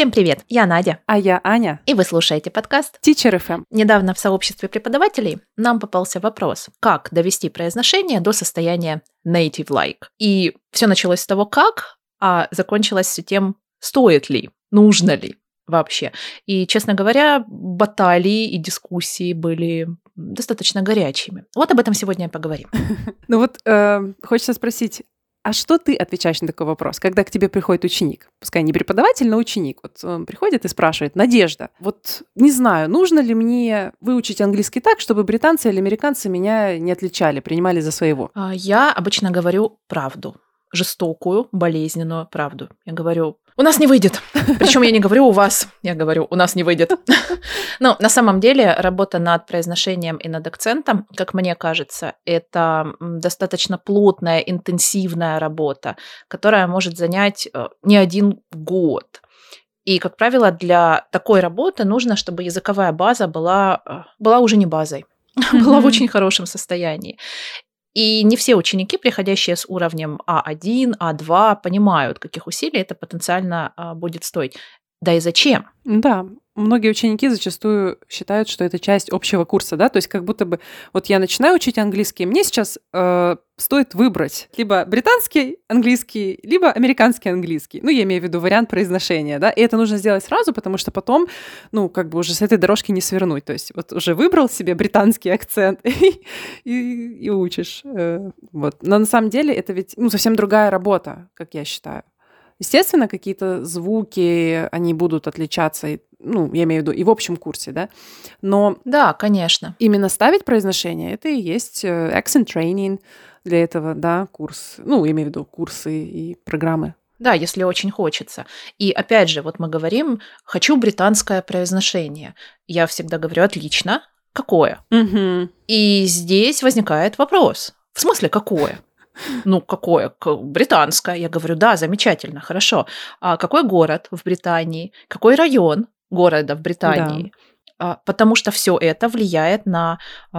Всем привет, я Надя. А я Аня. И вы слушаете подкаст Teacher FM. Недавно в сообществе преподавателей нам попался вопрос, как довести произношение до состояния native-like. И все началось с того, как, а закончилось все тем, стоит ли, нужно ли вообще. И, честно говоря, баталии и дискуссии были достаточно горячими. Вот об этом сегодня и поговорим. Ну вот хочется спросить, а что ты отвечаешь на такой вопрос, когда к тебе приходит ученик? Пускай не преподаватель, но ученик. Вот он приходит и спрашивает: Надежда, вот не знаю, нужно ли мне выучить английский так, чтобы британцы или американцы меня не отличали, принимали за своего? Я обычно говорю правду. Жестокую, болезненную правду. Я говорю, у нас не выйдет. Причем я не говорю у вас, я говорю, у нас не выйдет. Но на самом деле работа над произношением и над акцентом, как мне кажется, это достаточно плотная, интенсивная работа, которая может занять не один год. И, как правило, для такой работы нужно, чтобы языковая база была уже не базой, была в очень хорошем состоянии. И не все ученики, приходящие с уровнем А1, А2, понимают, каких усилий это потенциально будет стоить. Да и зачем? Да, многие ученики зачастую считают, что это часть общего курса, да, то есть как будто бы вот я начинаю учить английский, мне сейчас стоит выбрать либо британский английский, либо американский английский. Ну, я имею в виду вариант произношения, да, и это нужно сделать сразу, потому что потом, ну, как бы уже с этой дорожки не свернуть, то есть вот уже выбрал себе британский акцент и учишь. Вот. Но на самом деле это ведь совсем другая работа, как я считаю. Естественно, какие-то звуки, они будут отличаться, я имею в виду и в общем курсе, да, но... Да, конечно. Именно ставить произношение, это и есть accent training для этого, да, курс, я имею в виду курсы и программы. Да, если очень хочется. И опять же, вот мы говорим, хочу британское произношение. Я всегда говорю, отлично, какое? Угу. И здесь возникает вопрос, в смысле какое? Какое? Британское. Я говорю, да, замечательно, хорошо. А какой город в Британии? Какой район города в Британии? Да. Потому что все это влияет на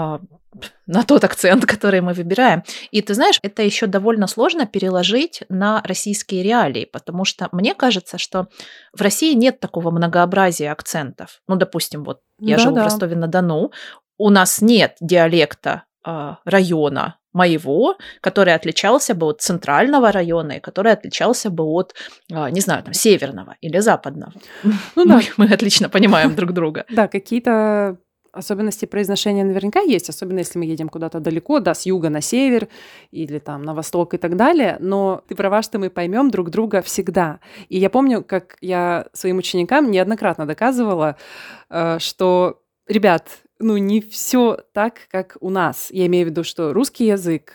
тот акцент, который мы выбираем. И ты знаешь, это еще довольно сложно переложить на российские реалии, потому что мне кажется, что в России нет такого многообразия акцентов. Допустим, вот я живу в Ростове-на-Дону, у нас нет диалекта района моего, который отличался бы от центрального района и который отличался бы от, не знаю, там, северного или западного. Мы отлично понимаем друг друга. Да, какие-то особенности произношения наверняка есть, особенно если мы едем куда-то далеко, да, с юга на север или там на восток и так далее, но ты права, что мы поймем друг друга всегда. И я помню, как я своим ученикам неоднократно доказывала, что, ребят, не все так, как у нас. Я имею в виду, что русский язык,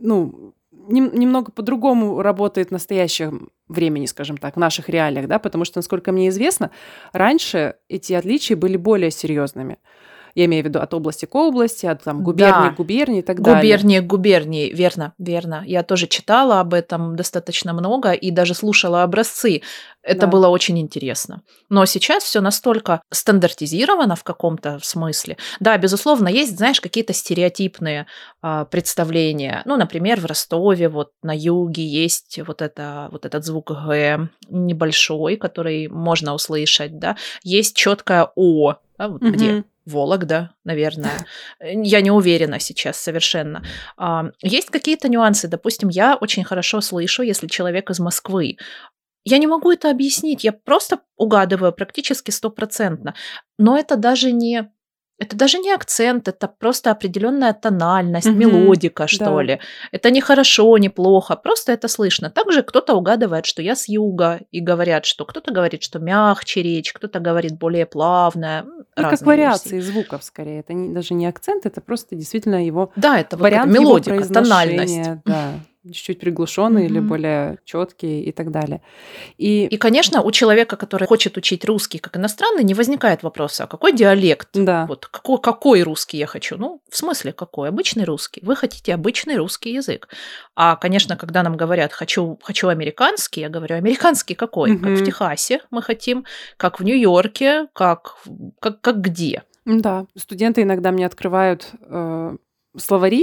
немного по-другому работает в настоящем времени, скажем так, в наших реалиях, да, потому что, насколько мне известно, раньше эти отличия были более серьезными. Я имею в виду от области к области, от губернии к губернии и так далее. Губернии к губернии, верно. Я тоже читала об этом достаточно много и даже слушала образцы. Это было очень интересно. Но сейчас все настолько стандартизировано в каком-то смысле. Да, безусловно, есть, знаешь, какие-то стереотипные представления. Например, в Ростове, вот на юге есть вот этот звук «г» небольшой, который можно услышать, да. Есть четкое «о», да, вот где Вологда, наверное. Я не уверена сейчас совершенно. Есть какие-то нюансы. Допустим, я очень хорошо слышу, если человек из Москвы. Я не могу это объяснить. Я просто угадываю практически 100%. Но это даже не акцент, это просто определенная тональность, мелодика, что ли. Это не хорошо, не плохо, просто это слышно. Также кто-то угадывает, что я с юга, и говорят, что кто-то говорит, что мягче речь, кто-то говорит более плавная. Как вариации звуков, скорее. Это даже не акцент, это просто действительно его это вариант, мелодика, его тональность. Да. Чуть-чуть приглушенные или более четкие и так далее. И, конечно, у человека, который хочет учить русский как иностранный, не возникает вопроса, а какой диалект? Да. Вот какой русский я хочу? В смысле какой? Обычный русский. Вы хотите обычный русский язык. А, конечно, когда нам говорят хочу американский, я говорю, американский какой? Как в Техасе мы хотим, как в Нью-Йорке, как где? Да. Студенты иногда мне открывают словари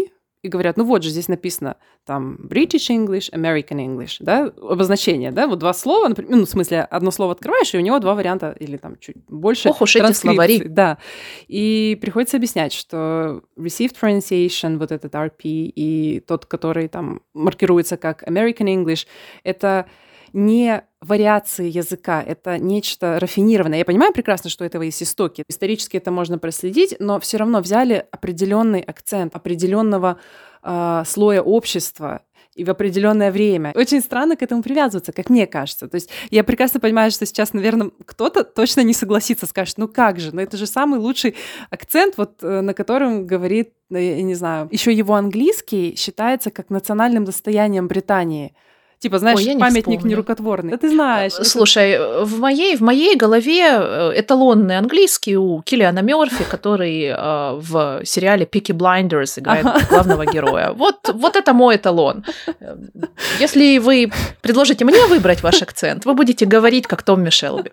и говорят, ну вот же здесь написано там British English, American English, да, обозначение, да, вот два слова, например, ну, в смысле, одно слово открываешь, и у него два варианта или там чуть больше Ох уж эти словари. Да, и приходится объяснять, что received pronunciation, вот этот RP, и тот, который там маркируется как American English, это не вариации языка, это нечто рафинированное. Я понимаю прекрасно, что у этого есть истоки. Исторически это можно проследить, но все равно взяли определенный акцент определенного слоя общества и в определенное время. Очень странно к этому привязываться, как мне кажется. То есть я прекрасно понимаю, что сейчас, наверное, кто-то точно не согласится, скажет, ну как же, но это же самый лучший акцент, вот на котором говорит, я не знаю, еще его английский считается как национальным достоянием Британии. Типа, знаешь, Ой, памятник нерукотворный. Да ты знаешь. Слушай, в моей голове эталонный английский у Киллиана Мёрфи, который в сериале Peaky Blinders играет главного героя. Вот это мой эталон. Если вы предложите мне выбрать ваш акцент, вы будете говорить, как Томми Шелби.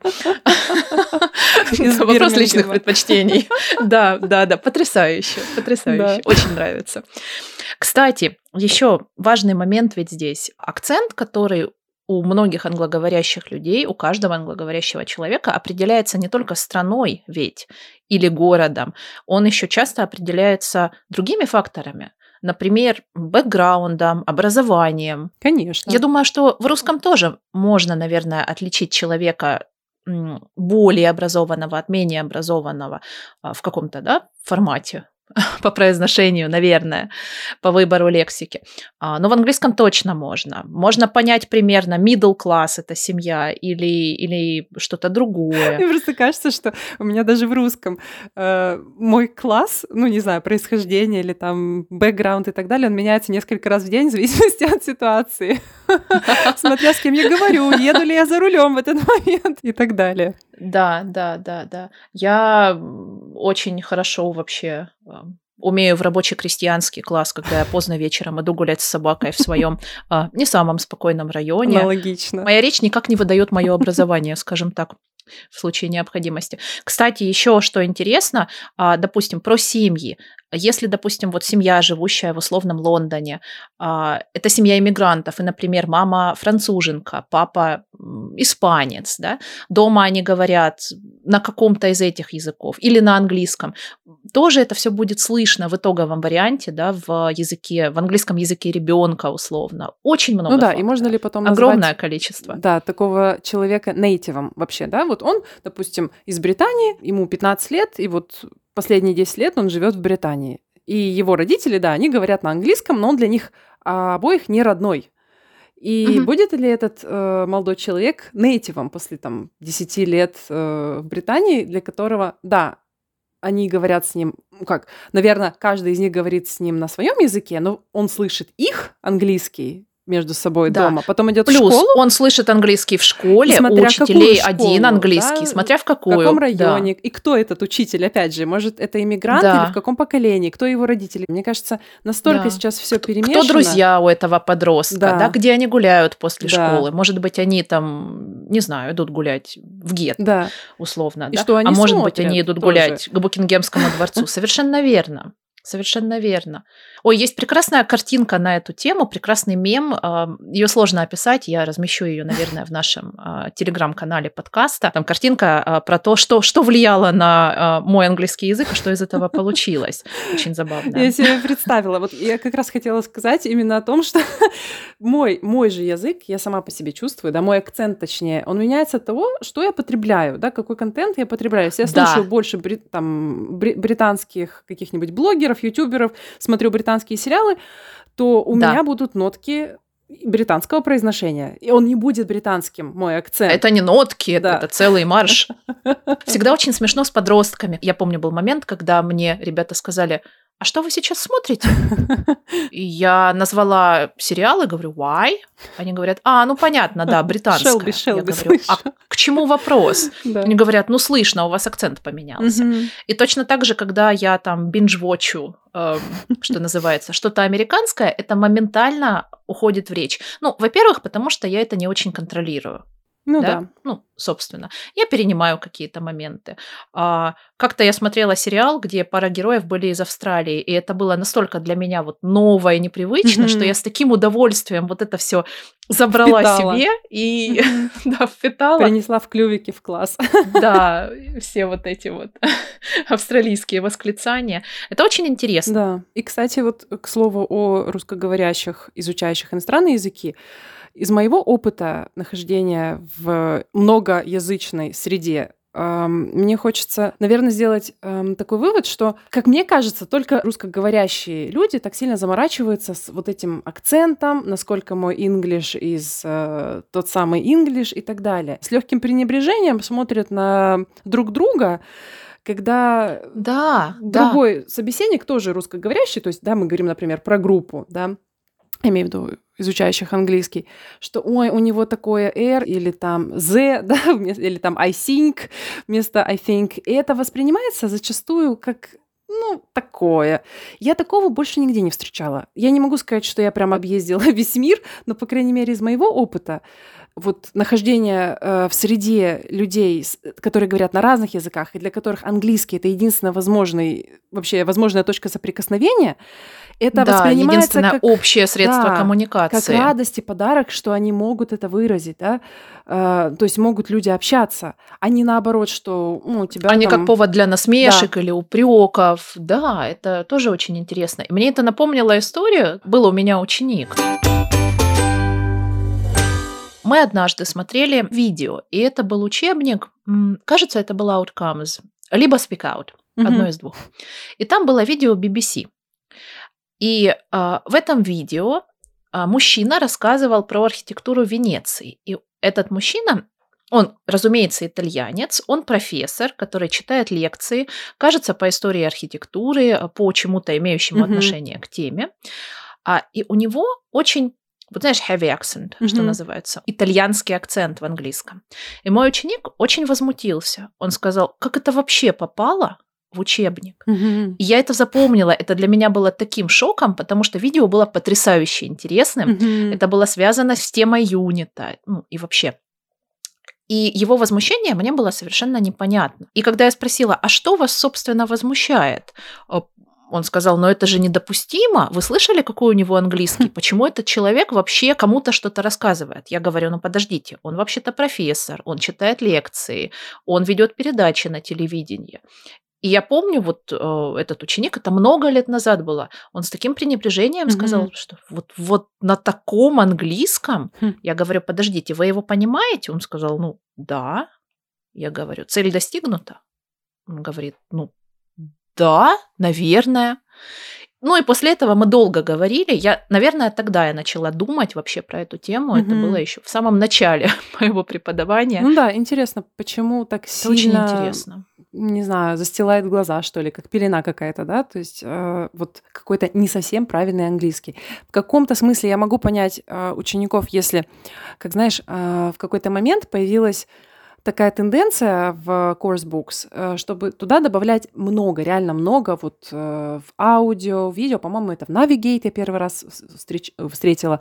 Вопрос личных предпочтений. Да, потрясающе. Очень нравится. Кстати, еще важный момент ведь здесь. Акцент, который у многих англоговорящих людей, у каждого англоговорящего человека определяется не только страной ведь или городом, он еще часто определяется другими факторами. Например, бэкграундом, образованием. Конечно. Я думаю, что в русском тоже можно, наверное, отличить человека более образованного от менее образованного в каком-то формате. По произношению, наверное, по выбору лексики. Но в английском точно можно. Можно понять примерно, middle class – это семья или что-то другое. Мне просто кажется, что у меня даже в русском мой класс, ну, не знаю, происхождение или там бэкграунд и так далее, он меняется несколько раз в день в зависимости от ситуации. Смотря с кем я говорю, еду ли я за рулем в этот момент и так далее. Да. Я очень хорошо вообще умею в рабочий крестьянский класс, когда я поздно вечером иду гулять с собакой в своем не самом спокойном районе. Аналогично. Моя речь никак не выдает мое образование, скажем так, в случае необходимости. Кстати, еще что интересно, допустим, про семьи. Если, допустим, вот семья, живущая в условном Лондоне, это семья иммигрантов, и, например, мама француженка, папа испанец, да, дома они говорят на каком-то из этих языков или на английском, тоже это все будет слышно в итоговом варианте, да, в английском языке ребенка условно. Очень много. Ну да, факторов. и можно ли потом огромное назвать, количество. Да, такого человека нейтивом вообще, да, вот он, допустим, из Британии, ему 15 лет, и вот последние 10 лет он живет в Британии. И его родители, да, они говорят на английском, но он для них обоих не родной. И будет ли этот молодой человек нейтивом после там 10 лет в Британии, для которого, да, они говорят с ним, наверное, каждый из них говорит с ним на своем языке, но он слышит их английский между собой дома, потом идет в школу. Плюс он слышит английский в школе, у учителей один английский, смотря в какую. В каком районе, и кто этот учитель, опять же, может, это иммигрант или в каком поколении, кто его родители. Мне кажется, настолько сейчас все перемешано. Кто друзья у этого подростка, да, где они гуляют после школы. Может быть, они там, не знаю, идут гулять в гетто, условно. И что они может быть, они идут гулять к Букингемскому дворцу. Совершенно верно. Совершенно верно. Ой, есть прекрасная картинка на эту тему, прекрасный мем. Ее сложно описать, я размещу ее, наверное, в нашем телеграм-канале подкаста. Там картинка про то, что влияло на мой английский язык, и что из этого получилось. Очень забавно. Я себе представила. Вот я как раз хотела сказать именно о том, что мой же язык, я сама по себе чувствую, да, мой акцент, точнее, он меняется от того, что я потребляю, да, какой контент я потребляю. Если я слушаю больше британских каких-нибудь блогеров, ютуберов, смотрю британские сериалы, то у меня будут нотки британского произношения. И он не будет британским, мой акцент. Это не нотки, это целый марш. Всегда очень смешно с подростками. Я помню, был момент, когда мне ребята сказали: а что вы сейчас смотрите? И я назвала сериалы, говорю, why? Они говорят, ну понятно, да, британская. Шелби, я говорю, а к чему вопрос? Они говорят, ну слышно, у вас акцент поменялся. И точно так же, когда я там binge-watchu, что называется, что-то американское, это моментально уходит в речь. Ну, во-первых, потому что я это не очень контролирую. Ну да. Ну, собственно. Я перенимаю какие-то моменты. Как-то я смотрела сериал, где пара героев были из Австралии, и это было настолько для меня вот ново и непривычно, что я с таким удовольствием вот это все забрала Впитала. себе и да, впитала. Принесла в клювике в класс. Да, все вот эти вот австралийские восклицания. Это очень интересно. Да. И, кстати, вот к слову о русскоговорящих, изучающих иностранные языки, из моего опыта нахождения в многоязычной среде мне хочется, наверное, сделать такой вывод, что, как мне кажется, только русскоговорящие люди так сильно заморачиваются с вот этим акцентом, насколько мой English из тот самый English и так далее. С легким пренебрежением смотрят на друг друга, когда другой собеседник тоже русскоговорящий, то есть, да, мы говорим, например, про группу, да, я имею в виду изучающих английский, что, ой, у него такое R или там Z, да, или там I think вместо I think. И это воспринимается зачастую как, такое. Я такого больше нигде не встречала. Я не могу сказать, что я прям объездила весь мир, но, по крайней мере, из моего опыта, вот нахождение в среде людей, которые говорят на разных языках, и для которых английский — это единственная возможная точка соприкосновения, это воспринимается единственное как общее средство коммуникации. Как радость и подарок, что они могут это выразить, да? То есть могут люди общаться, а не наоборот, что у тебя а не там... как повод для насмешек или упреков. Да, это тоже очень интересно. И мне это напомнило историю. Был у меня ученик. Мы однажды смотрели видео, и это был учебник, кажется, это был Outcomes, либо Speak Out, одно из двух. И там было видео BBC. И в этом видео мужчина рассказывал про архитектуру Венеции. И этот мужчина, он, разумеется, итальянец, он профессор, который читает лекции, кажется, по истории архитектуры, по чему-то имеющему отношение к теме. И у него очень... Вот знаешь, heavy accent, что называется, итальянский акцент в английском. И мой ученик очень возмутился. Он сказал, как это вообще попало в учебник? И я это запомнила. Это для меня было таким шоком, потому что видео было потрясающе интересным. Это было связано с темой юнита, и вообще. И его возмущение мне было совершенно непонятно. И когда я спросила, а что вас, собственно, возмущает? Он сказал, но это же недопустимо. Вы слышали, какой у него английский? Почему этот человек вообще кому-то что-то рассказывает? Я говорю, подождите, он вообще-то профессор, он читает лекции, он ведет передачи на телевидении. И я помню, вот этот ученик, это много лет назад было, он с таким пренебрежением сказал, что вот на таком английском, я говорю, подождите, вы его понимаете? Он сказал, да. Я говорю, цель достигнута? Он говорит, да, наверное. И после этого мы долго говорили. Наверное, тогда я начала думать вообще про эту тему. Это было еще в самом начале моего преподавания. Интересно, почему так сильно... Очень интересно. Не знаю, застилает глаза, что ли, как пелена какая-то, да? То есть вот какой-то не совсем правильный английский. В каком-то смысле я могу понять учеников, если, как знаешь, в какой-то момент появилась такая тенденция в course books, чтобы туда добавлять много, реально много, вот в аудио, в видео, по-моему, это в Navigate я первый раз встретила,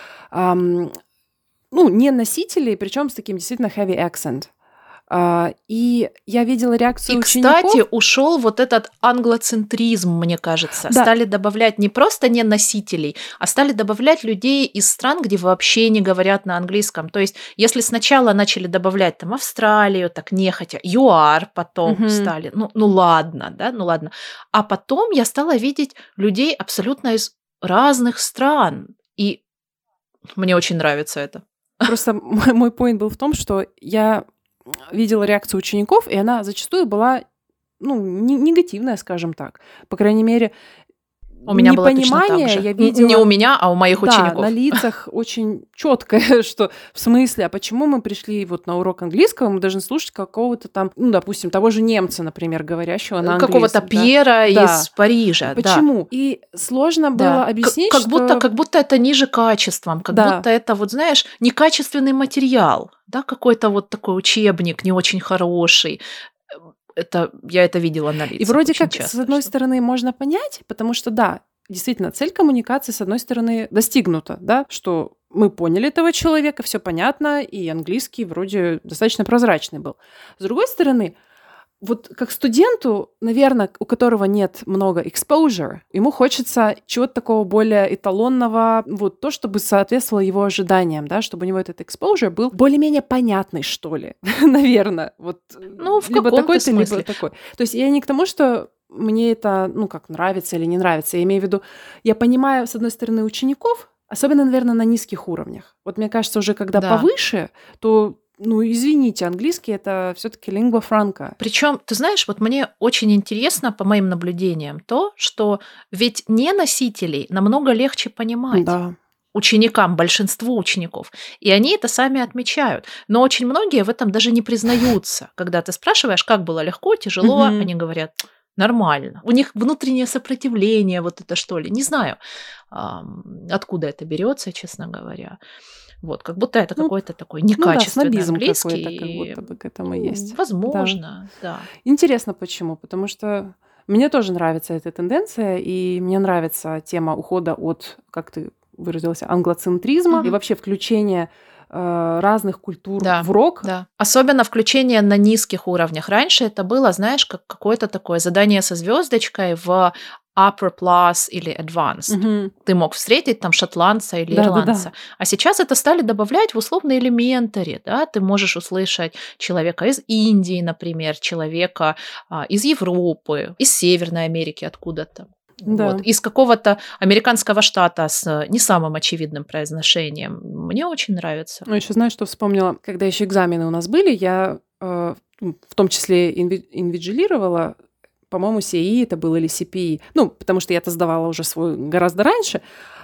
не носителей, причем с таким действительно heavy accent. И я видела реакцию учеников. И, кстати, ушел вот этот англоцентризм, мне кажется. Да. Стали добавлять не просто не носителей, а стали добавлять людей из стран, где вообще не говорят на английском. То есть, если сначала начали добавлять там Австралию, так нехотя, ЮАР потом стали, ладно, да, ладно. А потом я стала видеть людей абсолютно из разных стран. И мне очень нравится это. Просто мой поинт был в том, что я видела реакцию учеников, и она зачастую была, негативная, скажем так. По крайней мере, у меня было точно так же. Я видела... Не у меня, а у моих учеников. На лицах очень четкое, что в смысле, а почему мы пришли вот на урок английского, мы должны слушать какого-то там, допустим, того же немца, например, говорящего на английском. Какого-то Пьера из Парижа. Почему? Да. И сложно было объяснить, как будто это ниже качеством, как будто это, вот знаешь, некачественный материал, да, какой-то вот такой учебник не очень хороший. Я это видела на лицах. И вроде как, часто, с одной стороны, можно понять, потому что, да, действительно, цель коммуникации, с одной стороны, достигнута, да, что мы поняли этого человека, все понятно, и английский вроде достаточно прозрачный был. С другой стороны, вот как студенту, наверное, у которого нет много exposure, ему хочется чего-то такого более эталонного, вот то, чтобы соответствовало его ожиданиям, да, чтобы у него этот exposure был более-менее понятный, что ли, наверное. Вот Ну, в либо каком-то такой-то, либо смысле. такой. То есть я не к тому, что мне это, ну, как нравится или не нравится. Я имею в виду, я понимаю, с одной стороны, учеников, особенно, наверное, на низких уровнях. Вот мне кажется, уже когда Да. повыше, то, ну, извините, английский — это все-таки lingua franca. Причем, ты знаешь, вот мне очень интересно, по моим наблюдениям, то, что ведь не носителей намного легче понимать. Да. Ученикам, большинству учеников. И они это сами отмечают. Но очень многие в этом даже не признаются. Когда ты спрашиваешь, как было легко, тяжело, Мгм. они говорят, нормально. У них внутреннее сопротивление, вот это что ли. Не знаю, откуда это берется, честно говоря. Вот, как будто это Ну, какой-то такой ну да, некачественный снобизм какой-то, как английский. будто бы к этому есть. Да. Возможно, да. Интересно, почему? Потому что мне тоже нравится эта тенденция, и мне нравится тема ухода от, как ты выразилась, англоцентризма и Мгм. вообще включения разных культур Да, в рок. да. Особенно включение на низких уровнях. Раньше это было, знаешь, как какое-то такое задание со звездочкой в upper plus или advanced. Мгм. Ты мог встретить там шотландца или Да-да-да. ирландца. А сейчас это стали добавлять в условно элементари. Да? Ты можешь услышать человека из Индии, например, человека из Европы, из Северной Америки откуда-то. Да. Вот. Из какого-то американского штата с не самым очевидным произношением. Мне очень нравится. Ну, еще знаешь, что вспомнила? Когда еще экзамены у нас были, я в том числе инвигилировала, по-моему, CE это был или CPE. Ну, потому что я-то сдавала уже свой гораздо раньше.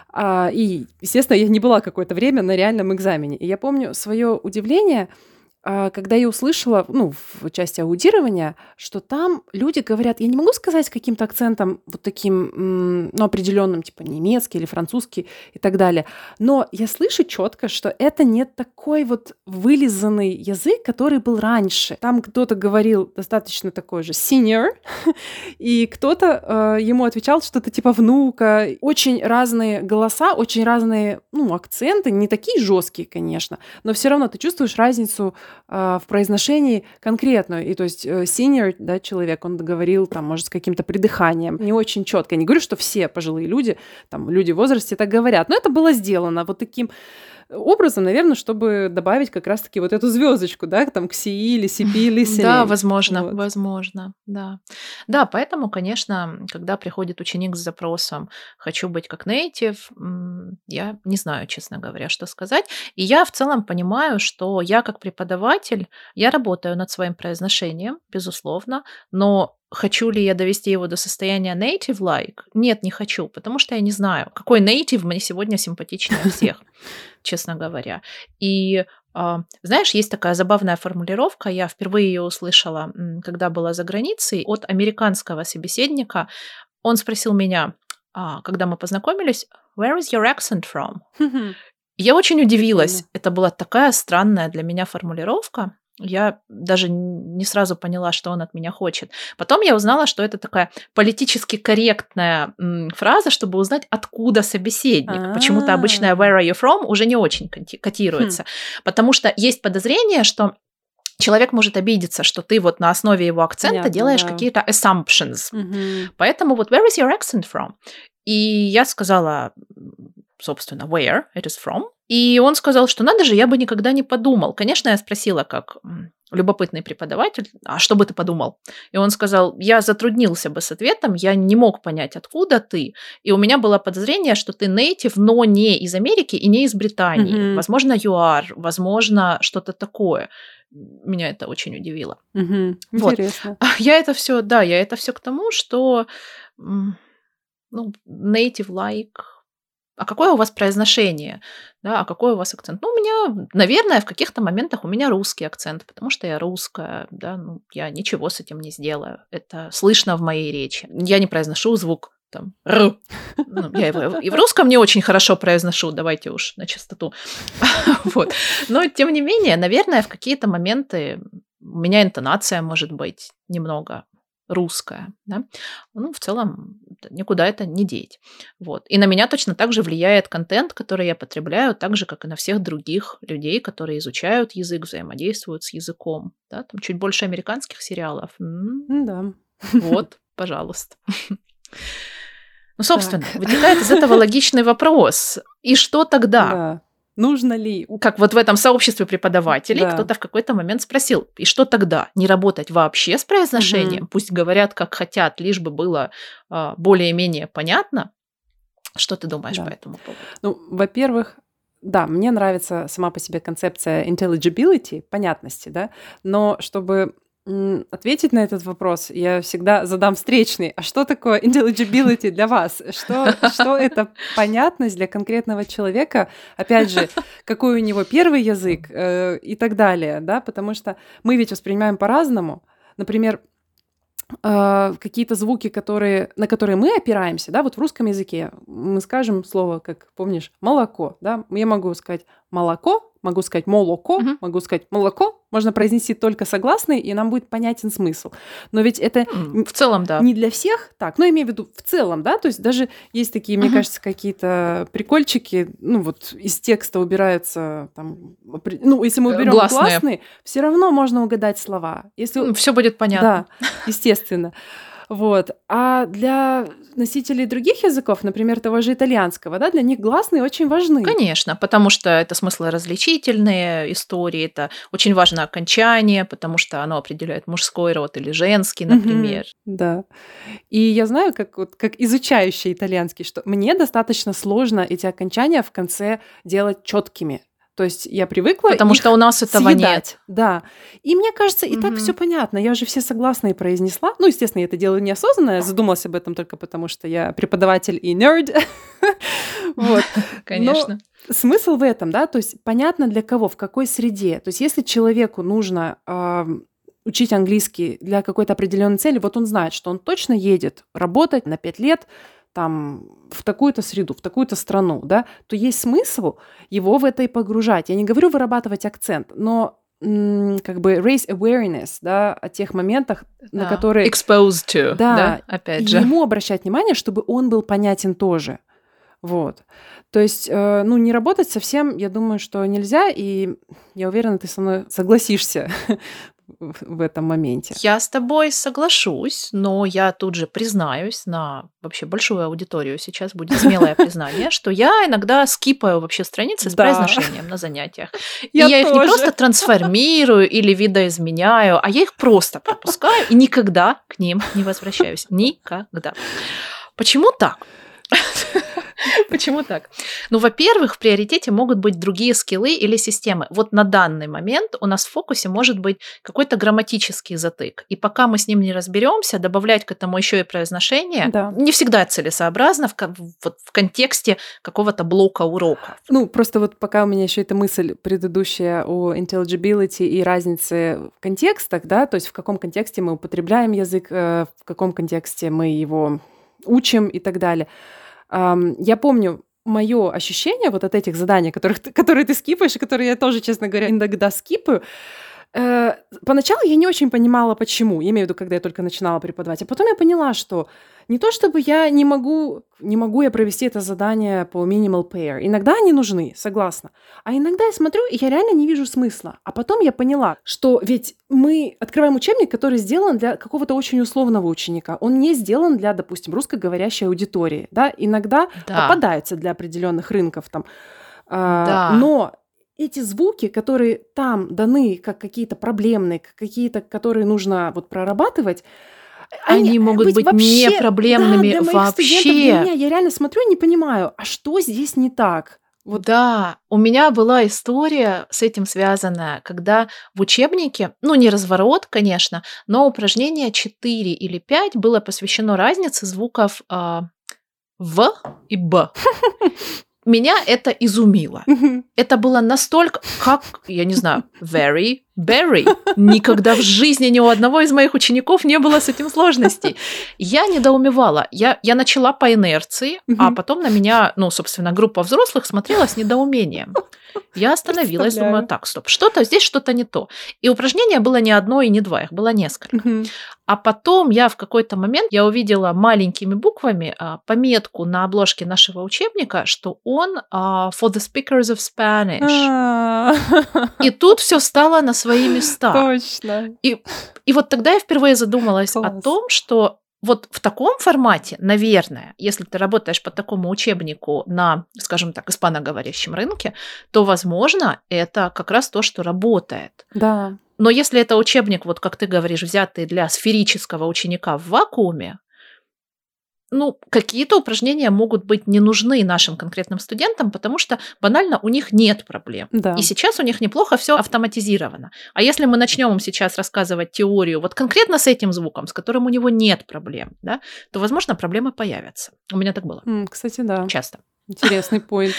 И, естественно, я не была какое-то время на реальном экзамене. И я помню свое удивление, когда я услышала, ну, в части аудирования, что там люди говорят, я не могу сказать с каким-то акцентом вот таким, ну, определенным, типа немецкий или французский и так далее, но я слышу четко, что это не такой вот вылизанный язык, который был раньше. Там кто-то говорил достаточно такой же senior, и кто-то ему отвечал что-то типа внука. Очень разные голоса, очень разные, ну, акценты, не такие жесткие, конечно, но все равно ты чувствуешь разницу в произношении конкретную. И то есть senior, да, человек, он говорил там, может, с каким-то придыханием, не очень четко. Я не говорю, что все пожилые люди, там, люди в возрасте так говорят, но это было сделано вот таким образом, наверное, чтобы добавить как раз-таки вот эту звездочку, да, там к CE или CP listening. Да, возможно, Вот. возможно, да. Да, поэтому, конечно, когда приходит ученик с запросом «хочу быть как native», я не знаю, честно говоря, что сказать. И я в целом понимаю, что я как преподаватель, я работаю над своим произношением, безусловно, но хочу ли я довести его до состояния native-like? Нет, не хочу, потому что я не знаю, какой native мне сегодня симпатичнее всех, честно говоря. И знаешь, есть такая забавная формулировка, я впервые ее услышала, когда была за границей, от американского собеседника. Он спросил меня, когда мы познакомились, «Where is your accent from?» Я очень удивилась. Прикольно. Это была такая странная для меня формулировка. Я даже не сразу поняла, что он от меня хочет. Потом я узнала, что это такая политически корректная фраза, чтобы узнать, откуда собеседник. Почему-то обычная «Where are you from» уже не очень котируется. Потому что есть подозрение, что человек может обидеться, что ты вот на основе его акцента Понятно, делаешь да. какие-то assumptions. Мгм. Поэтому вот «Where is your accent from?» И я сказала, собственно, «Where it is from?» И он сказал, что надо же, я бы никогда не подумал. Конечно, я спросила, как любопытный преподаватель, а что бы ты подумал? И он сказал, я затруднился бы с ответом, я не мог понять, откуда ты. И у меня было подозрение, что ты native, но не из Америки и не из Британии. Мгм. Возможно, ЮАР, возможно, что-то такое. Меня это очень удивило. Мгм. Вот. Интересно. Я это все к тому, что ну, native-like. А какое у вас произношение? Да, а какой у вас акцент? Ну, у меня, наверное, в каких-то моментах у меня русский акцент, потому что я русская, да, ну, я ничего с этим не сделаю. Это слышно в моей речи. Я не произношу звук там «р». Ну, я его и в русском не очень хорошо произношу, давайте уж на чистоту. Вот. Но, тем не менее, наверное, в какие-то моменты у меня интонация может быть немного русская, да, в целом никуда это не деть. Вот. И на меня точно так же влияет контент, который я потребляю, так же, как и на всех других людей, которые изучают язык, взаимодействуют с языком. Да? Там чуть больше американских сериалов. Да. Вот, пожалуйста. Собственно, вытекает из этого логичный вопрос. И что тогда? Да. Нужно ли? Как вот в этом сообществе преподавателей кто-то в какой-то момент спросил, и что тогда? Не работать вообще с произношением? Пусть говорят, как хотят, лишь бы было более-менее понятно. Что ты думаешь по этому поводу? Во-первых, да, мне нравится сама по себе концепция intelligibility, понятности, да, но чтобы ответить на этот вопрос, я всегда задам встречный. А что такое intelligibility для вас? Что это понятность для конкретного человека? Опять же, какой у него первый язык и так далее, да? Потому что мы ведь воспринимаем по-разному. Например, какие-то звуки, на которые мы опираемся, да, вот в русском языке мы скажем слово, как помнишь, молоко, да, я могу сказать молоко, могу сказать молоко, могу сказать молоко, можно произнести только согласные, и нам будет понятен смысл. Но ведь это в целом, да, не для всех так, но имею в виду в целом, да, то есть даже есть такие, мне кажется, какие-то прикольчики, вот из текста убираются там, если мы уберем гласные, все равно можно угадать слова. Если все будет понятно. Да, естественно. Вот. А для носителей других языков, например, того же итальянского, да, для них гласные очень важны. Конечно, потому что это смыслоразличительные истории, это очень важно окончание, потому что оно определяет мужской род или женский, например. Да. И я знаю, как изучающий итальянский, что мне достаточно сложно эти окончания в конце делать четкими. То есть я привыкла потому что у нас этого съедать. нет. Да. И мне кажется, и так все понятно. Я уже все согласные произнесла. Естественно, я это делаю неосознанно. Я задумалась об этом только потому, что я преподаватель и нерд. Вот. Конечно. Но смысл в этом, да, то есть понятно для кого, в какой среде. То есть если человеку нужно учить английский для какой-то определенной цели, вот он знает, что он точно едет работать на 5 лет, там, в такую-то среду, в такую-то страну, да, то есть смысл его в это и погружать. Я не говорю вырабатывать акцент, но как бы raise awareness, да, о тех моментах, на которые... Exposed to, да, опять же. Ему обращать внимание, чтобы он был понятен тоже. Вот. То есть, не работать совсем, я думаю, что нельзя, и я уверена, ты со мной согласишься в этом моменте. Я с тобой соглашусь, но я тут же признаюсь на вообще большую аудиторию, сейчас будет смелое признание, что я иногда скипаю вообще страницы с произношением на занятиях. Я их не просто трансформирую или видоизменяю, а я их просто пропускаю и никогда к ним не возвращаюсь. Никогда. Почему так? Почему так? Во-первых, в приоритете могут быть другие скиллы или системы. Вот на данный момент у нас в фокусе может быть какой-то грамматический затык. И пока мы с ним не разберемся, добавлять к этому еще и произношение не всегда целесообразно в контексте какого-то блока уроков. Просто вот пока у меня еще эта мысль предыдущая о intelligibility и разнице в контекстах, да, то есть в каком контексте мы употребляем язык, в каком контексте мы его учим и так далее. Я помню мое ощущение вот от этих заданий, которые ты скипаешь, и которые я тоже, честно говоря, иногда скипаю. Поначалу я не очень понимала, почему. Я имею в виду, когда я только начинала преподавать. А потом я поняла, что не то чтобы я не могу я провести это задание по minimal pair. Иногда они нужны, согласна. А иногда я смотрю, и я реально не вижу смысла. А потом я поняла, что ведь мы открываем учебник, который сделан для какого-то очень условного ученика. Он не сделан для, допустим, русскоговорящей аудитории. Да? Иногда попадаются для определенных рынков. Там. Но эти звуки, которые там даны как какие-то проблемные, как какие-то, которые нужно прорабатывать, они могут быть вообще не проблемными для моих студентов, для меня. Я реально смотрю и не понимаю, а что здесь не так? Да, у меня была история с этим связанная, когда в учебнике, не разворот, конечно, но упражнение 4 или 5 было посвящено разнице звуков В и Б. Меня это изумило. Это было настолько, я не знаю, very, Berry. Никогда в жизни ни у одного из моих учеников не было с этим сложностей. Я недоумевала. Я начала по инерции, а потом на меня, собственно, группа взрослых смотрела с недоумением. Я остановилась, думаю, так, стоп, здесь что-то не то. И упражнение было не одно и не два, их было несколько. А потом я в какой-то момент увидела маленькими буквами пометку на обложке нашего учебника, что он for the speakers of Spanish. И тут все стало на свои места. Точно. И вот тогда я впервые задумалась о том, что вот в таком формате, наверное, если ты работаешь по такому учебнику на, скажем так, испаноговорящем рынке, то, возможно, это как раз то, что работает. Да. Но если это учебник, вот как ты говоришь, взятый для сферического ученика в вакууме, какие-то упражнения могут быть не нужны нашим конкретным студентам, потому что банально у них нет проблем. Да. И сейчас у них неплохо все автоматизировано. А если мы начнем им сейчас рассказывать теорию вот конкретно с этим звуком, с которым у него нет проблем, да, то, возможно, проблемы появятся. У меня так было. Кстати, да. Часто. Интересный поинт.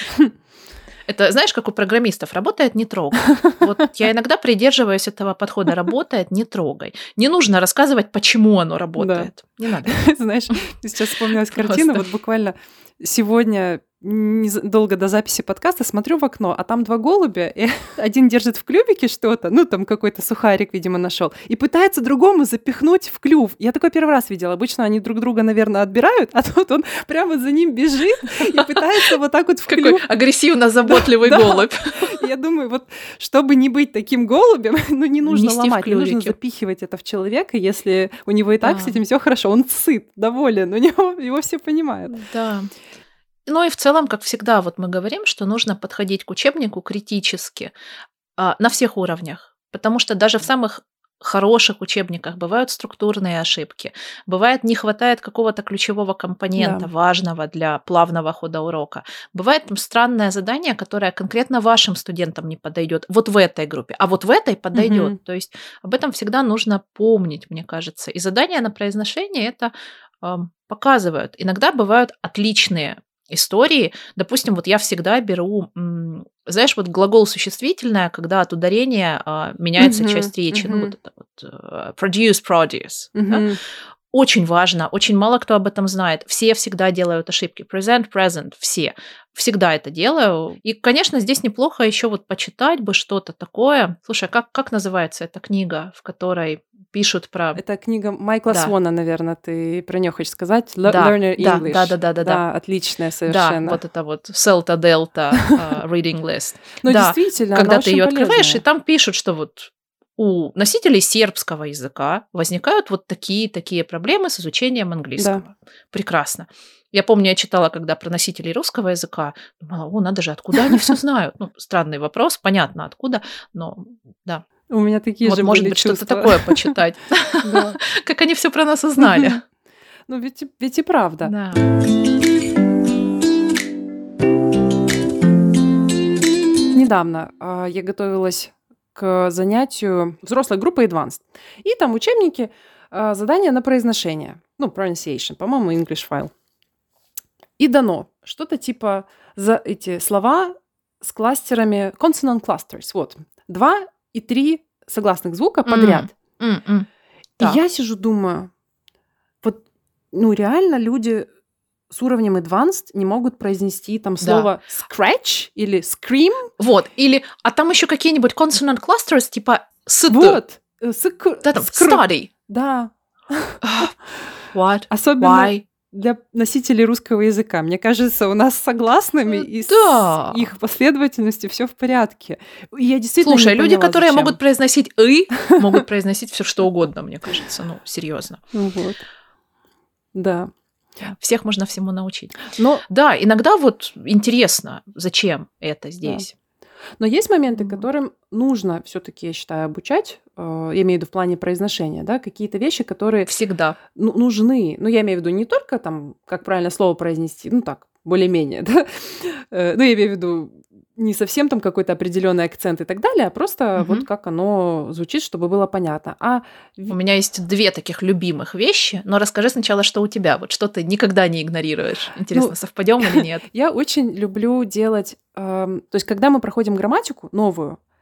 Это, знаешь, как у программистов, работает — не трогай. Вот я иногда придерживаюсь этого подхода: работает — не трогай. Не нужно рассказывать, почему оно работает. Да. Не надо. Знаешь, сейчас вспомнилась картина, вот буквально сегодня, незадолго до записи подкаста, смотрю в окно, а там 2 голубя, и один держит в клювике что-то, там какой-то сухарик, видимо, нашел, и пытается другому запихнуть в клюв. Я такой первый раз видела. Обычно они друг друга, наверное, отбирают, а тут он прямо за ним бежит и пытается вот так вот в клюв. Какой агрессивно-заботливый голубь. Я думаю, вот чтобы не быть таким голубем, не нужно Нести ломать, не нужно запихивать это в человека, если у него и так с этим все хорошо, он сыт, доволен, его все понимают. Да. И в целом, как всегда, вот мы говорим, что нужно подходить к учебнику критически на всех уровнях, потому что даже в самых хороших учебниках бывают структурные ошибки, бывает не хватает какого-то ключевого компонента, важного для плавного хода урока, бывает там странное задание, которое конкретно вашим студентам не подойдет вот в этой группе, а вот в этой подойдет. То есть об этом всегда нужно помнить, мне кажется. И задания на произношение это показывают. Иногда бывают отличные истории. Допустим, вот я всегда беру, знаешь, вот глагол существительное, когда от ударения меняется часть речи. Вот это вот produce. Да? Очень важно, очень мало кто об этом знает. Все всегда делают ошибки. Present, все. Всегда это делаю. И, конечно, здесь неплохо еще вот почитать бы что-то такое. Слушай, как называется эта книга, в которой пишут про... Это книга Майкла Свона, наверное, ты про нее хочешь сказать? Learner English. Да, отличная совершенно. Да, вот это вот Celta Delta reading list. Действительно, когда ты ее открываешь, и там пишут, что вот у носителей сербского языка возникают вот такие проблемы с изучением английского. Да. Прекрасно. Я помню, я читала, когда про носителей русского языка, думала, надо же, откуда они все знают? Странный вопрос, понятно, откуда, но да. У меня такие же может быть, чувства. Что-то такое почитать. Как они все про нас узнали. Ведь и правда. Да. Недавно я готовилась к занятию взрослой группы Advanced. И там в учебнике задание на произношение. Pronunciation, по-моему, English file. И дано что-то типа за эти слова с кластерами consonant clusters. Вот. 2 и 3 согласных звука подряд. И я сижу, думаю, вот, реально люди с уровнем advanced не могут произнести там слово scratch или scream. Вот, а там еще какие-нибудь consonant clusters, типа вот. Study. Да. What? Особенно Why? Для носителей русского языка. Мне кажется, у нас с согласными и с их последовательностью все в порядке. И я действительно Слушай, не поняла, люди, которые зачем. могут произносить могут произносить все что угодно, мне кажется. Серьезно. Вот. Да. Всех можно всему научить. Но да, иногда вот интересно, зачем это здесь. Да. Но есть моменты, которым нужно все-таки, я считаю, обучать, я имею в виду в плане произношения, да, какие-то вещи, которые всегда нужны. Я имею в виду не только там, как правильно слово произнести, так, более-менее, да, я имею в виду не совсем там какой-то определенный акцент и так далее, а просто вот как оно звучит, чтобы было понятно. У меня есть 2 таких любимых вещи, но расскажи сначала, что у тебя, вот что ты никогда не игнорируешь. Интересно, совпадем или нет? Я очень люблю делать, то есть когда мы проходим грамматику новую,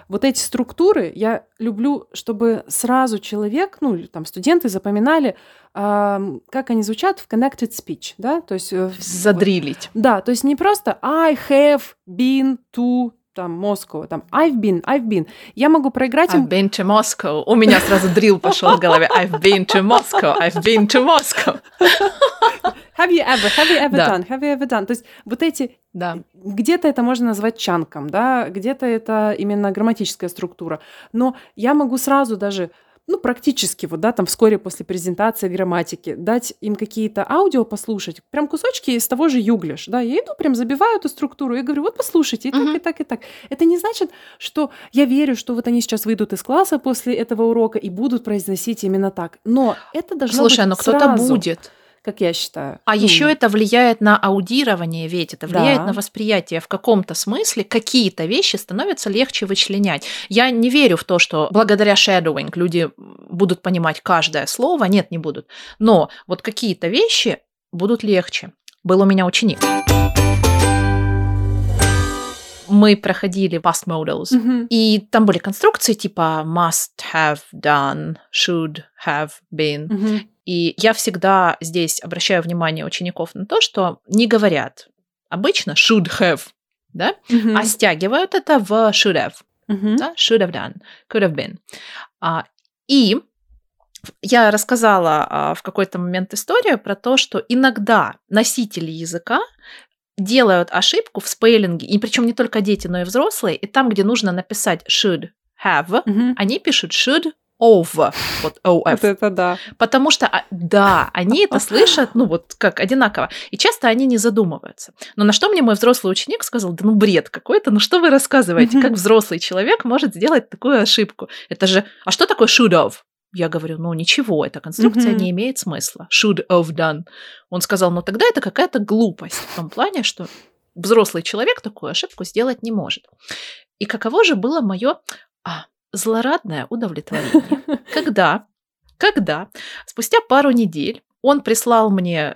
вот эти структуры я люблю, чтобы сразу человек, ну, или там студенты запоминали, как они звучат в connected speech, да, то есть... Задрилить. Да, то есть не просто I have been to там Moscow, там I've been. Я могу проиграть им... I've been to Moscow. У меня сразу дрил пошел в голове. I've been to Moscow. Have you ever Да. done? То есть вот эти... Да. Где-то это можно назвать чанком, да, где-то это именно грамматическая структура. Но я могу сразу даже, ну, практически вот, да, там вскоре после презентации грамматики дать им какие-то аудио послушать, прям кусочки из того же Юглиш, да, я иду, прям забиваю эту структуру и говорю, вот послушайте, и так, и так, и так. Это не значит, что я верю, что вот они сейчас выйдут из класса после этого урока и будут произносить именно так. Но это должно быть Слушай, но кто-то сразу, будет. как я считаю. А еще это влияет на аудирование, ведь это влияет Да. на восприятие. В каком-то смысле какие-то вещи становятся легче вычленять. Я не верю в то, что благодаря shadowing люди будут понимать каждое слово. Нет, не будут. Но вот какие-то вещи будут легче. Был у меня ученик. Мы проходили past modals, и там были конструкции типа must have done, should have been. И я всегда здесь обращаю внимание учеников на то, что не говорят обычно should have, да, а стягивают это в should have, да, should have done, could have been. И я рассказала в какой-то момент историю про то, что иногда носители языка делают ошибку в спеллинге, и причем не только дети, но и взрослые, и там, где нужно написать should have, они пишут should of, вот of. Вот это да. Потому что, да, они это слышат, ну вот как одинаково, и часто они не задумываются. Но на что мне мой взрослый ученик сказал, да ну бред какой-то, ну что вы рассказываете, как взрослый человек может сделать такую ошибку? Это же, а что такое should of? Я говорю, ну ничего, эта конструкция не имеет смысла. Should have done. Он сказал, ну тогда это какая-то глупость в том плане, что взрослый человек такую ошибку сделать не может. И каково же было мое злорадное удовлетворение, когда спустя пару недель он прислал мне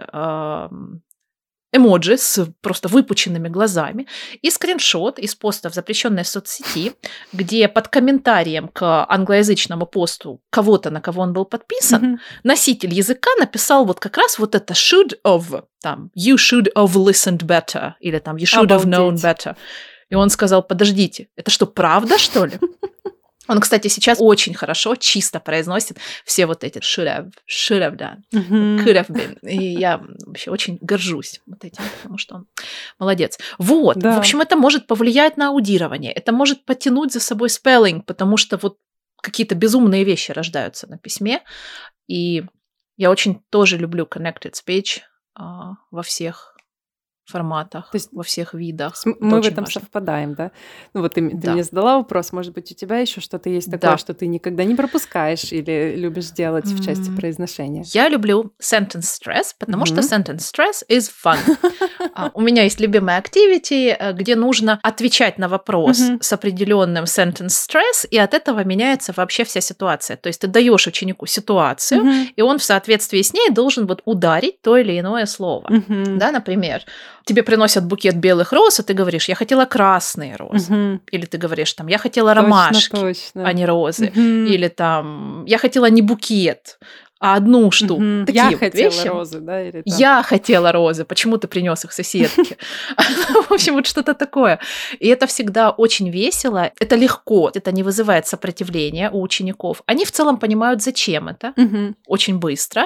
эмоджи с просто выпученными глазами и скриншот из поста в запрещенной соцсети, где под комментарием к англоязычному посту кого-то, на кого он был подписан, носитель языка написал вот как раз вот это should have, там, you should have listened better, или там, you should have known better. И он сказал, подождите, это что, правда, что ли? Он, кстати, сейчас очень хорошо, чисто произносит все вот эти should have done, could have been. И я вообще очень горжусь вот этим, потому что он молодец. Вот, да. В общем, это может повлиять на аудирование, это может потянуть за собой spelling, потому что вот какие-то безумные вещи рождаются на письме. И я очень тоже люблю connected speech во всех форматах, то есть во всех видах. Мы в этом совпадаем, да? Ну вот ты мне задала вопрос, может быть, у тебя еще что-то есть такое, что ты никогда не пропускаешь или любишь делать в части произношения? Я люблю sentence stress, потому что sentence stress is fun. У меня есть любимая activity, где нужно отвечать на вопрос с определенным sentence stress, и от этого меняется вообще вся ситуация. То есть ты даешь ученику ситуацию, и он в соответствии с ней должен вот ударить то или иное слово. Да, например, тебе приносят букет белых роз, а ты говоришь, я хотела красные розы. Или ты говоришь, там, я хотела ромашки, а не розы. Или там, я хотела не букет, а одну штуку. Такие я хотела вещи. Розы, да? Или там... Я хотела розы, почему ты принес их соседке? В общем, вот что-то такое. И это всегда очень весело, это легко, это не вызывает сопротивления у учеников. Они в целом понимают, зачем это, очень быстро.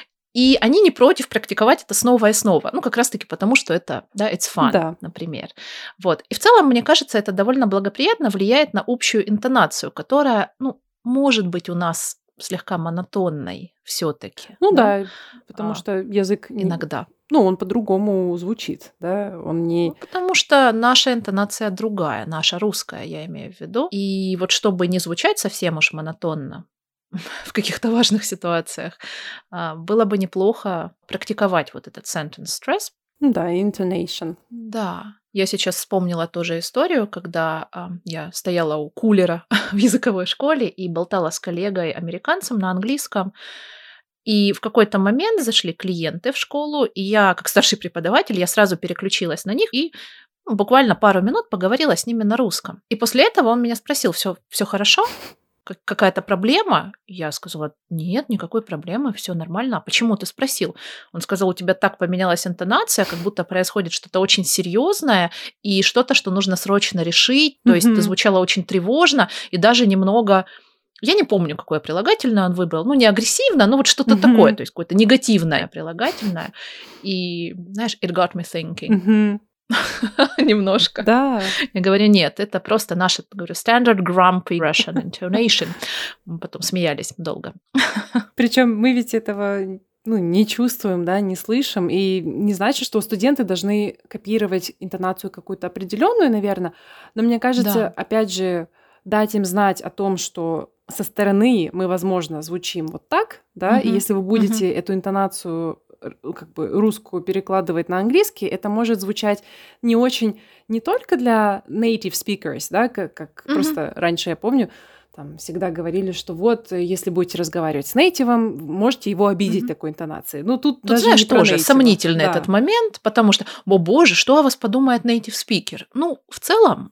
И они не против практиковать это снова и снова. Ну, как раз-таки потому, что это, да, it's fun, например. Вот. И в целом, мне кажется, это довольно благоприятно влияет на общую интонацию, которая, ну, может быть у нас слегка монотонной все-таки. Ну да, потому что язык... Иногда. Ну, он по-другому звучит, да, он не... Ну, потому что наша интонация другая, наша русская, я имею в виду. И вот чтобы не звучать совсем уж монотонно, в каких-то важных ситуациях, было бы неплохо практиковать вот этот sentence stress. Да, intonation. Да. Я сейчас вспомнила тоже историю, когда я стояла у кулера в языковой школе и болтала с коллегой-американцем на английском. И в какой-то момент зашли клиенты в школу, и я, как старший преподаватель, я сразу переключилась на них и буквально пару минут поговорила с ними на русском. И после этого он меня спросил: все хорошо? Какая-то проблема? Я сказала: нет, никакой проблемы, все нормально. А почему ты спросил? Он сказал: у тебя так поменялась интонация, как будто происходит что-то очень серьезное и что-то, что нужно срочно решить. То есть ты звучала очень тревожно и даже немного... Я не помню, какое прилагательное он выбрал. Ну, не агрессивно, но вот что-то такое, то есть какое-то негативное прилагательное. И, знаешь, it got me thinking. Немножко. Да. Я говорю: нет, это просто наша, говорю, standard grumpy Russian intonation. Мы потом смеялись долго. Причем мы ведь этого не чувствуем, да, не слышим, и не значит, что студенты должны копировать интонацию какую-то определенную, наверное, но мне кажется, опять же, дать им знать о том, что со стороны мы, возможно, звучим вот так, да, и если вы будете эту интонацию как бы русскую перекладывать на английский, это может звучать не очень, не только для native speakers, да, как просто раньше я помню, там всегда говорили, что вот, если будете разговаривать с нейтивом, можете его обидеть такой интонацией. Ну, тут даже знаешь, не про тоже нейтива. сомнительный этот момент, потому что, о боже, что о вас подумает native speaker? Ну, в целом...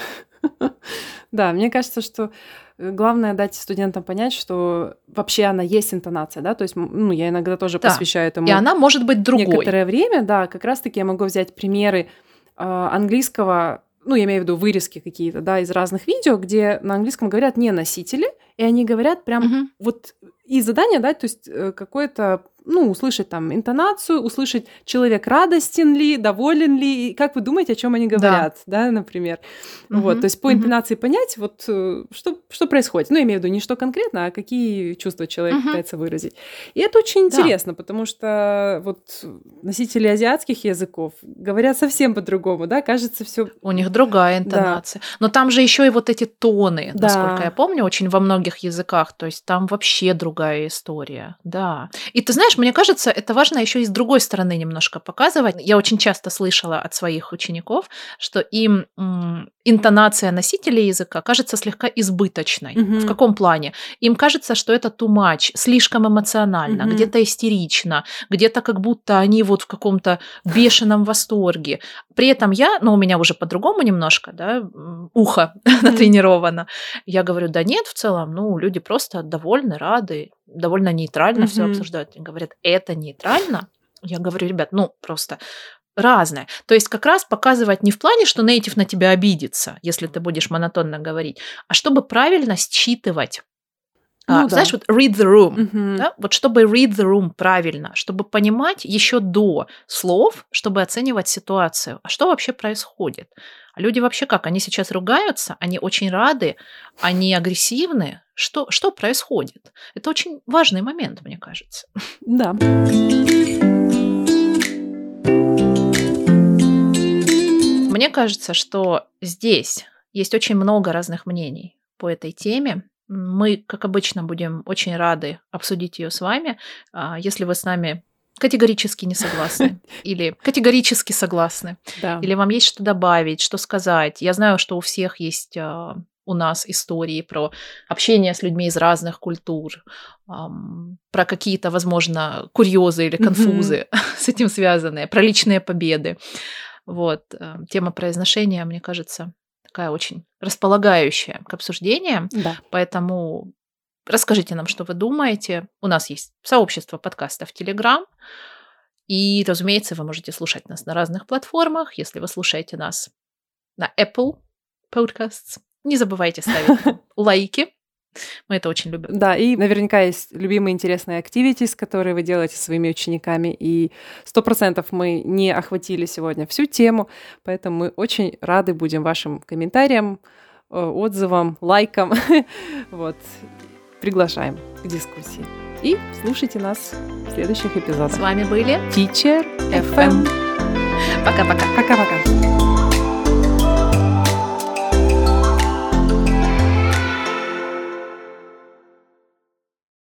Да, мне кажется, что главное дать студентам понять, что вообще она есть интонация, да, то есть, я иногда тоже посвящаю этому. И она может быть другой. Некоторое время, да, как раз-таки я могу взять примеры английского, я имею в виду вырезки какие-то, да, из разных видео, где на английском говорят не носители, и они говорят прям вот и задание, да, то есть какое-то, услышать там интонацию, услышать, человек радостен ли, доволен ли, и как вы думаете, о чем они говорят, да, например. Вот, то есть по интонации понять, вот что происходит. Я имею в виду не что конкретно, а какие чувства человек пытается выразить. И это очень интересно, потому что вот носители азиатских языков говорят совсем по-другому, да, кажется, все. У них другая интонация. Да. Но там же еще и вот эти тоны, насколько я помню, очень во многих языках, то есть там вообще другая история, да. И ты знаешь, мне кажется, это важно еще и с другой стороны немножко показывать. Я очень часто слышала от своих учеников, что им интонация носителей языка кажется слегка избыточной. В каком плане? Им кажется, что это too much, слишком эмоционально, где-то истерично, где-то как будто они вот в каком-то бешеном восторге. При этом я, у меня уже по-другому немножко, да, ухо натренировано. Я говорю: да нет, в целом, люди просто довольны, рады, довольно нейтрально все обсуждают. Они говорят: это нейтрально? Я говорю: ребят, просто разное. То есть как раз показывать не в плане, что нейтив на тебя обидится, если ты будешь монотонно говорить, а чтобы правильно считывать. Знаешь, вот read the room, да? Вот чтобы read the room правильно, чтобы понимать еще до слов, чтобы оценивать ситуацию. А что вообще происходит? А люди вообще как? Они сейчас ругаются, они очень рады, они агрессивны. Что происходит? Это очень важный момент, мне кажется. Да. Мне кажется, что здесь есть очень много разных мнений по этой теме. Мы, как обычно, будем очень рады обсудить ее с вами. Если вы с нами категорически не согласны или категорически согласны, или вам есть что добавить, что сказать. Я знаю, что у всех есть у нас истории про общение с людьми из разных культур, про какие-то, возможно, курьезы или конфузы с этим связанные, про личные победы. Вот. Тема произношения, мне кажется, такая очень располагающая к обсуждениям. Да. Поэтому расскажите нам, что вы думаете. У нас есть сообщество подкастов в Telegram. И, разумеется, вы можете слушать нас на разных платформах. Если вы слушаете нас на Apple Podcasts, не забывайте ставить лайки. Мы это очень любим. Да, и наверняка есть любимые интересные activities, которые вы делаете со своими учениками, и 100% мы не охватили сегодня всю тему, поэтому мы очень рады будем вашим комментариям, отзывам, лайкам. Вот. Приглашаем к дискуссии. И слушайте нас в следующих эпизодах. С вами были Teacher FM. Пока-пока. Пока-пока.